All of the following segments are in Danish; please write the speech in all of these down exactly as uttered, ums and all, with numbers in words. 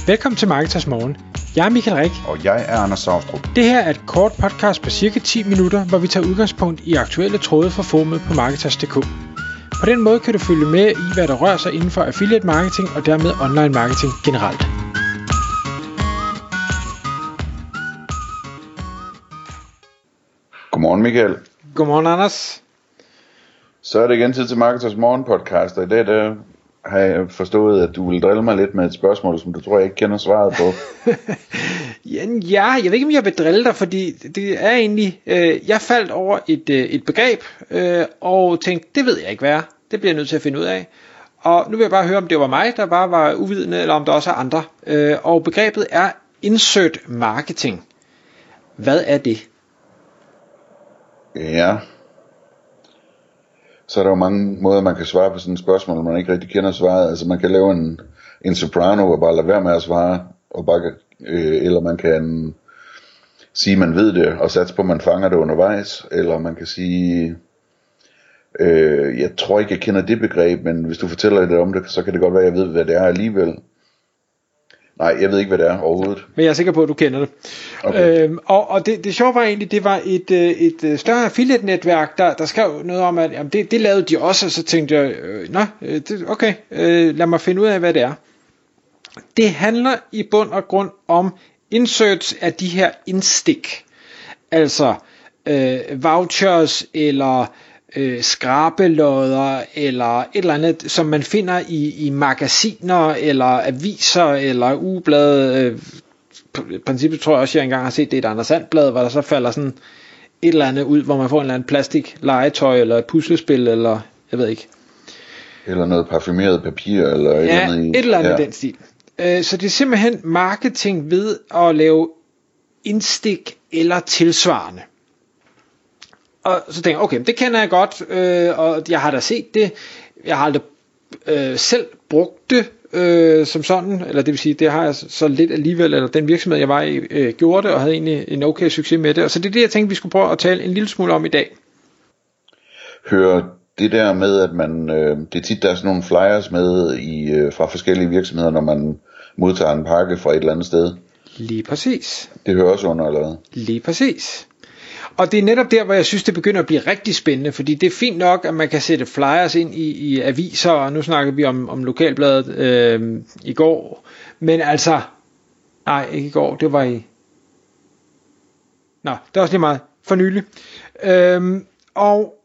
Velkommen til Marketers Morgen. Jeg er Michael Rik. Og jeg er Anders Saustrup. Det her er et kort podcast på cirka ti minutter, hvor vi tager udgangspunkt i aktuelle tråde fra forumet på Marketers punktum d k. På den måde kan du følge med i, hvad der rører sig inden for affiliate marketing og dermed online marketing generelt. Godmorgen Michael. Godmorgen Anders. Så er det igen tid til Marketers Morgen podcast, og i dag der har jeg forstået, at du vil drille mig lidt med et spørgsmål, som du tror, jeg ikke kender svaret på. Ja, jeg ved ikke, om jeg vil drille dig, fordi det er egentlig, øh, jeg faldt over et, øh, et begreb, øh, og tænkte, det ved jeg ikke hvad er. Det bliver jeg nødt til at finde ud af. Og nu vil jeg bare høre, om det var mig, der bare var uvidende, eller om der også er andre. Øh, og begrebet er insert marketing. Hvad er det? Ja. Så er der jo mange måder, man kan svare på sådan et spørgsmål, man ikke rigtig kender svaret. Altså man kan lave en, en soprano og bare lade være med at svare, og bare, øh, eller man kan sige, man ved det, og satse på, at man fanger det undervejs. Eller man kan sige, øh, jeg tror ikke, jeg kender det begreb, men hvis du fortæller lidt om det, så kan det godt være, at jeg ved, hvad det er alligevel. Nej, jeg ved ikke, hvad det er overhovedet. Men jeg er sikker på, at du kender det. Okay. Øhm, og og det, det sjove var egentlig, det var et, et større affiliate-netværk, der, der skrev noget om, at jamen, det, det lavede de også, og så tænkte jeg, øh, nå, det, okay, øh, lad mig finde ud af, hvad det er. Det handler i bund og grund om inserts af de her indstik. Altså øh, vouchers, eller øh, skrabelodder, eller et eller andet, som man finder i, i magasiner, eller aviser, eller ugeblade. Øh, I princippet tror jeg også, jeg engang har set det i et Anders And-blad, hvor der så falder sådan et eller andet ud, hvor man får en eller anden plastik legetøj, eller et puslespil, eller jeg ved ikke. Eller noget parfumeret papir, eller et ja, eller andet i, et eller andet ja. i den stil. Øh, så det er simpelthen marketing ved at lave indstik eller tilsvarende. Og så tænker jeg, okay, det kender jeg godt, øh, og jeg har da set det. Jeg har aldrig øh, selv brugt det øh, som sådan, eller det vil sige, det har jeg så lidt alligevel, eller den virksomhed, jeg var i, øh, gjorde det, og havde egentlig en okay succes med det. Og så det er det, jeg tænkte, vi skulle prøve at tale en lille smule om i dag. Hører det der med, at man, øh, det er tit, der er sådan nogle flyers med i, øh, fra forskellige virksomheder, når man modtager en pakke fra et eller andet sted? Lige præcis. Det hører også under, eller hvad? Lige præcis. Og det er netop der, hvor jeg synes, det begynder at blive rigtig spændende, fordi det er fint nok, at man kan sætte flyers ind i, i aviser, og nu snakker vi om, om lokalbladet øh, i går, men altså, nej, ikke i går, det var i, nå, det er også lige meget, for nylig. Øhm, og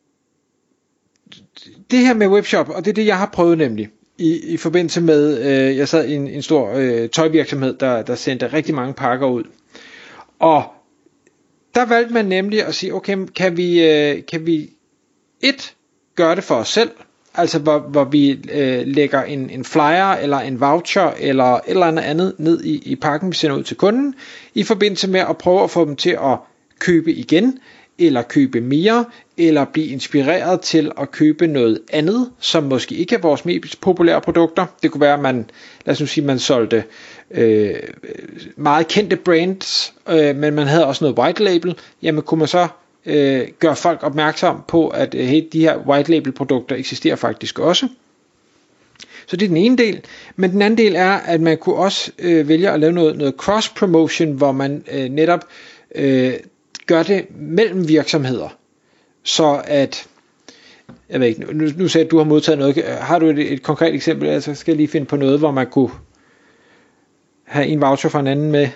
det her med webshop, og det er det, jeg har prøvet nemlig, i, i forbindelse med, øh, jeg sad i en, en stor øh, tøjvirksomhed, der, der sendte rigtig mange pakker ud, og der valgte man nemlig at sige, okay, kan vi, øh, kan vi et, gøre det for os selv, altså hvor, hvor vi øh, lægger en, en flyer, eller en voucher, eller et eller andet andet ned i, i pakken, vi sender ud til kunden, i forbindelse med at prøve at få dem til at købe igen, eller købe mere, eller blive inspireret til at købe noget andet, som måske ikke er vores mest populære produkter. Det kunne være, at man, lad os nu sige, man solgte øh, meget kendte brands, øh, men man havde også noget white label. Jamen kunne man så øh, gøre folk opmærksom på, at øh, hey, de her white label produkter eksisterer faktisk også. Så det er den ene del. Men den anden del er, at man kunne også øh, vælge at lave noget, noget cross promotion, hvor man øh, netop øh, gør det mellem virksomheder, så at, jeg ved ikke, nu, nu sagde at du har modtaget noget, har du et, et konkret eksempel, altså skal jeg lige finde på noget, hvor man kunne have en voucher fra en anden med?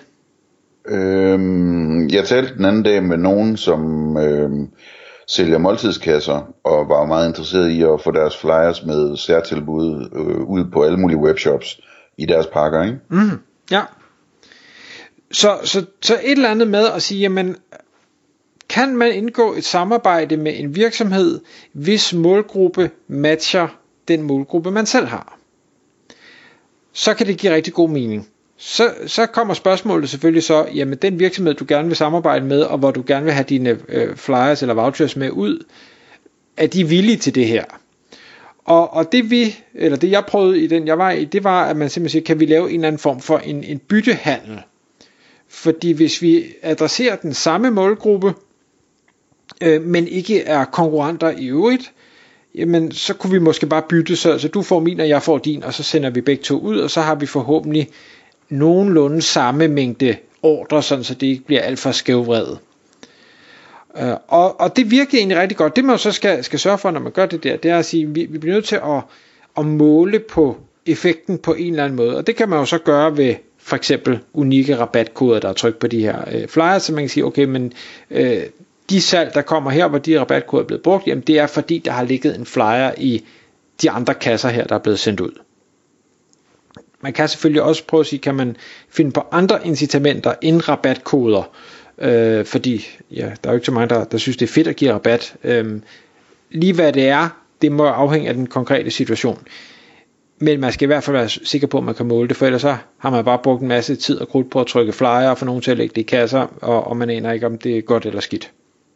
Øhm, jeg talte den anden dag med nogen, som øhm, sælger måltidskasser, og var meget interesseret i at få deres flyers med særtilbud øh, ud på alle mulige webshops i deres pakker, ikke? Mm, ja. Så, så, så et eller andet med at sige, jamen, kan man indgå et samarbejde med en virksomhed, hvis målgruppe matcher den målgruppe, man selv har? Så kan det give rigtig god mening. Så, så kommer spørgsmålet selvfølgelig så, jamen den virksomhed, du gerne vil samarbejde med, og hvor du gerne vil have dine øh, flyers eller vouchers med ud, er de villige til det her? Og, og det vi, eller det jeg prøvede i den jeg var i, det var, at man simpelthen siger, kan vi lave en eller anden form for en, en byttehandel? Fordi hvis vi adresserer den samme målgruppe, øh, men ikke er konkurrenter i øvrigt, jamen så kunne vi måske bare bytte, så, så du får min, og jeg får din, og så sender vi begge to ud, og så har vi forhåbentlig nogenlunde samme mængde ordre, sådan så det ikke bliver alt for skævvredet. Uh, og, og det virker egentlig rigtig godt. Det man jo så skal, skal sørge for, når man gør det der, det er at sige, at vi, vi bliver nødt til at, at måle på effekten på en eller anden måde. Og det kan man jo så gøre ved for eksempel unikke rabatkoder, der er trykt på de her øh, flyers, så man kan sige, okay, men øh, de salg, der kommer her, hvor de rabatkoder er blevet brugt, jamen det er fordi, der har ligget en flyer i de andre kasser her, der er blevet sendt ud. Man kan selvfølgelig også prøve at sige, kan man finde på andre incitamenter end rabatkoder, øh, fordi ja, der er jo ikke så mange, der, der synes, det er fedt at give rabat. Øh, lige hvad det er, det må afhænge af den konkrete situation. Men man skal i hvert fald være sikker på, at man kan måle det, for ellers så har man bare brugt en masse tid og krudt på at trykke flyer og få nogen til at lægge det i kasser, og, og man aner ikke, om det er godt eller skidt.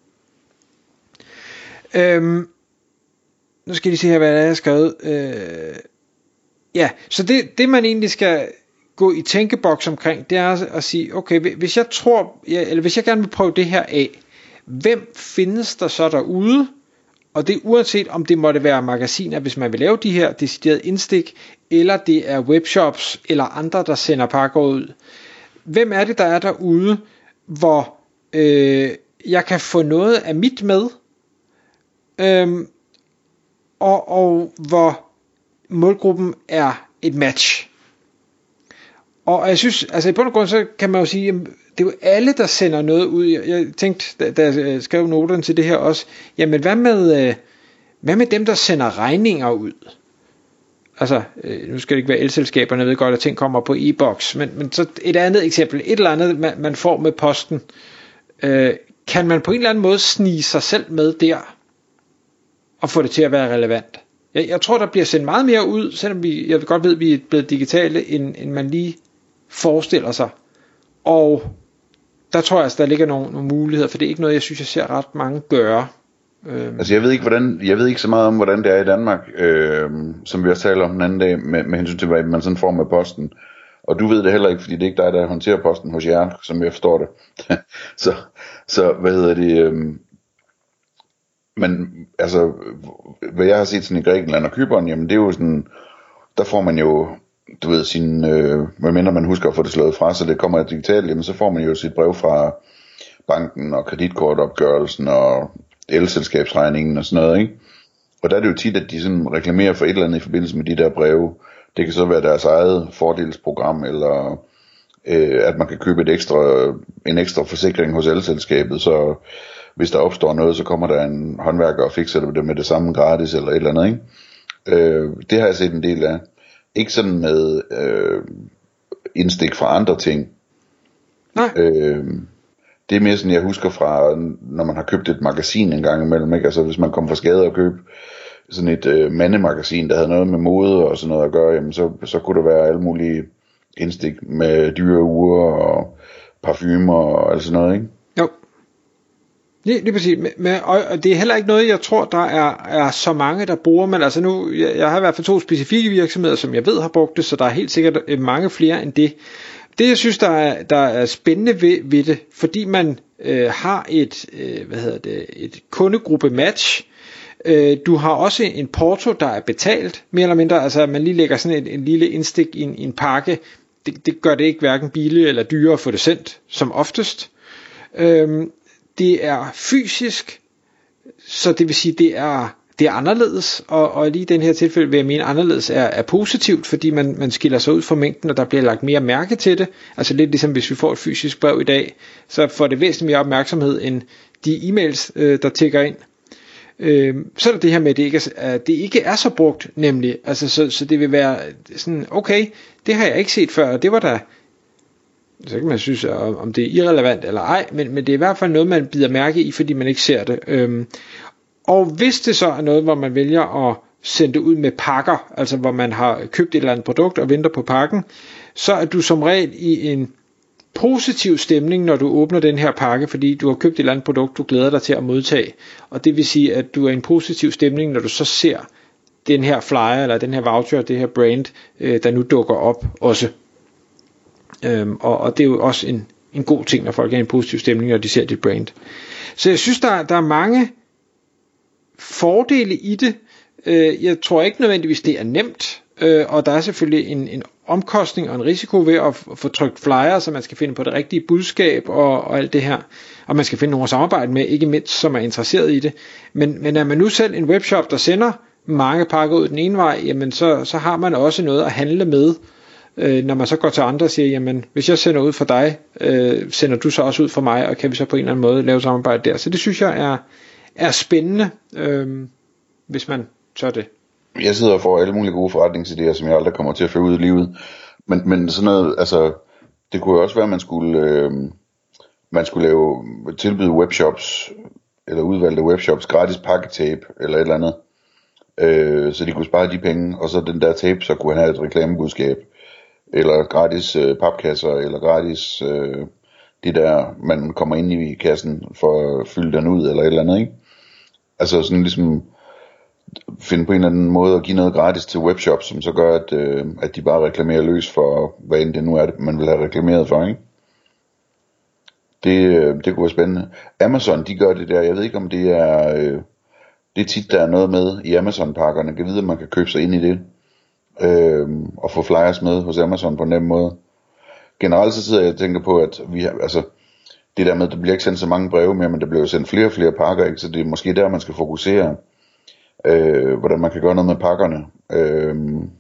Øhm, nu skal I se her, hvad jeg har skrevet. Øh, ja, så det, det man egentlig skal gå i tænkeboks omkring, det er at sige, okay, hvis jeg tror, eller hvis jeg gerne vil prøve det her af, hvem findes der så derude? Og det er uanset om det måtte være magasiner, hvis man vil lave de her deciderede indstik, eller det er webshops eller andre, der sender pakker ud. Hvem er det, der er derude, hvor øh, jeg kan få noget af mit med, øhm, og, og hvor målgruppen er et match. Og jeg synes, altså i bund og grund, så kan man jo sige, at det er jo alle, der sender noget ud. Jeg tænkte, da jeg skrev noterne til det her også, jamen hvad med, hvad med dem, der sender regninger ud? Altså, nu skal det ikke være elselskaberne, jeg ved godt, at ting kommer på e-boks, men, men så et andet eksempel, et eller andet, man, man får med posten, øh, kan man på en eller anden måde snige sig selv med der, og få det til at være relevant? Jeg, jeg tror, der bliver sendt meget mere ud, selvom vi, jeg godt ved, at vi er blevet digitale, end, end man lige forestiller sig. Og der tror jeg, altså, der ligger nogle, nogle muligheder, for det er ikke noget, jeg synes, jeg ser ret mange gøre. Øhm. Altså jeg ved ikke, hvordan, jeg ved ikke så meget om, hvordan det er i Danmark, øh, som vi også talte om den anden dag, med, med hensyn til, hvad man sådan får med posten. Og du ved det heller ikke, fordi det er ikke dig, der håndterer posten hos jer, som jeg forstår det. så, så, hvad hedder det... Øh, men altså, hvad jeg har set sådan i Grækenland og Cypern, jamen det er jo sådan, der får man jo, du ved, sin, øh, hvad mindre man husker at få det slået fra, så det kommer digitalt, jamen så får man jo sit brev fra banken og kreditkortopgørelsen og elselskabsregningen og sådan noget, ikke? Og der er det jo tit, at de sådan reklamerer for et eller andet i forbindelse med de der breve. Det kan så være deres eget fordelsprogram, eller øh, at man kan købe et ekstra, en ekstra forsikring hos elselskabet, så hvis der opstår noget, så kommer der en håndværker og fikser det med det samme gratis, eller et eller andet, ikke? Øh, det har jeg set en del af. Ikke sådan med øh, indstik fra andre ting. Nej. Øh, det er mere sådan, jeg husker fra, når man har købt et magasin en gang imellem, ikke? Altså hvis man kom fra skade og købe sådan et øh, mandemagasin, der havde noget med mode og sådan noget at gøre, jamen så, så kunne der være alle mulige indstik med dyre uger og parfumer og alt sådan noget, ikke? Jo. Lige, lige præcis. Men, og det er heller ikke noget, jeg tror, der er, er så mange, der bruger, men altså nu, jeg, jeg har i hvert fald to specifikke virksomheder, som jeg ved har brugt det, så der er helt sikkert mange flere end det. Det jeg synes, der er, der er spændende ved, ved det, fordi man øh, har et, øh, hvad hedder det, et kundegruppe match. Øh, du har også en porto, der er betalt, mere eller mindre, altså at man lige lægger sådan en, en lille indstik i en, i en pakke. Det, det gør det ikke hverken billigt eller dyrere at få det sendt, som oftest. Øh, det er fysisk, så det vil sige, det er det er anderledes, og, og lige i den her tilfælde vil jeg mene, anderledes er, er positivt, fordi man, man skiller sig ud fra mængden, og der bliver lagt mere mærke til det. Altså lidt ligesom hvis vi får et fysisk brev i dag, så får det væsentligt mere opmærksomhed end de e-mails, øh, der tikker ind. Øh, så er der det her med, at det ikke er, at det ikke er så brugt, nemlig. Altså, så, så det vil være sådan, okay, det har jeg ikke set før, og det var da, så kan man synes, om det er irrelevant eller ej, men, men det er i hvert fald noget, man bider mærke i, fordi man ikke ser det. Øh, Og hvis det så er noget, hvor man vælger at sende det ud med pakker, altså hvor man har købt et eller andet produkt og venter på pakken, så er du som regel i en positiv stemning, når du åbner den her pakke, fordi du har købt et eller andet produkt, du glæder dig til at modtage. Og det vil sige, at du er i en positiv stemning, når du så ser den her flyer, eller den her voucher, det her brand, der nu dukker op også. Og, og det er jo også en, en god ting, når folk er i en positiv stemning, når de ser dit brand. Så jeg synes, der, der er mange fordele i det. Jeg tror ikke nødvendigvis det er nemt, og der er selvfølgelig en, en omkostning og en risiko ved at få trykt flyers, så man skal finde på det rigtige budskab og, og alt det her. Og man skal finde nogen at samarbejde med, ikke mindst som er interesseret i det. Men, men er man nu selv en webshop, der sender mange pakker ud den ene vej, jamen så, så har man også noget at handle med, øh, når man så går til andre og siger, jamen hvis jeg sender ud for dig, øh, sender du så også ud for mig, og kan vi så på en eller anden måde lave samarbejde der. Så det synes jeg er, er spændende, øh, hvis man tør det. Jeg sidder og får alle mulige gode forretningsidéer, som jeg aldrig kommer til at føre ud i livet. Men, men sådan noget, altså, det kunne jo også være, at man skulle, øh, man skulle lave, tilbyde webshops, eller udvalgte webshops, gratis pakketape, eller et eller andet. Øh, så de kunne spare de penge, og så den der tape, så kunne han have et reklamebudskab, eller gratis øh, papkasser, eller gratis øh, det der, man kommer ind i kassen for at fylde den ud, eller et eller andet, ikke? Altså sådan ligesom finde på en eller anden måde at give noget gratis til webshops, som så gør, at, øh, at de bare reklamerer løs for, hvad end det nu er, man vil have reklameret for, ikke? Det, det kunne være spændende. Amazon, de gør det der, jeg ved ikke om det er, øh, det er tit der er noget med i Amazon-pakkerne, kan vide, at man kan købe sig ind i det, øh, og få flyers med hos Amazon på en nem måde. Generelt så sidder jeg og tænker på, at vi har, altså, det der med, at der bliver ikke sendt så mange breve mere, men der bliver jo sendt flere og flere pakker, ikke? Så det er måske der, man skal fokusere, øh, hvordan man kan gøre noget med pakkerne. Øh,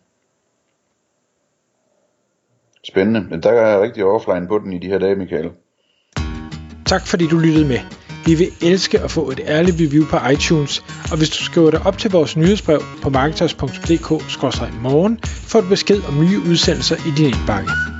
spændende, men der er rigtig offline på den i de her dage, Michael. Tak fordi du lyttede med. Vi vil elske at få et ærligt review på iTunes, og hvis du skriver dig op til vores nyhedsbrev på marketers punktum d k skråstreg morgen, får du besked om nye udsendelser i din indbakke.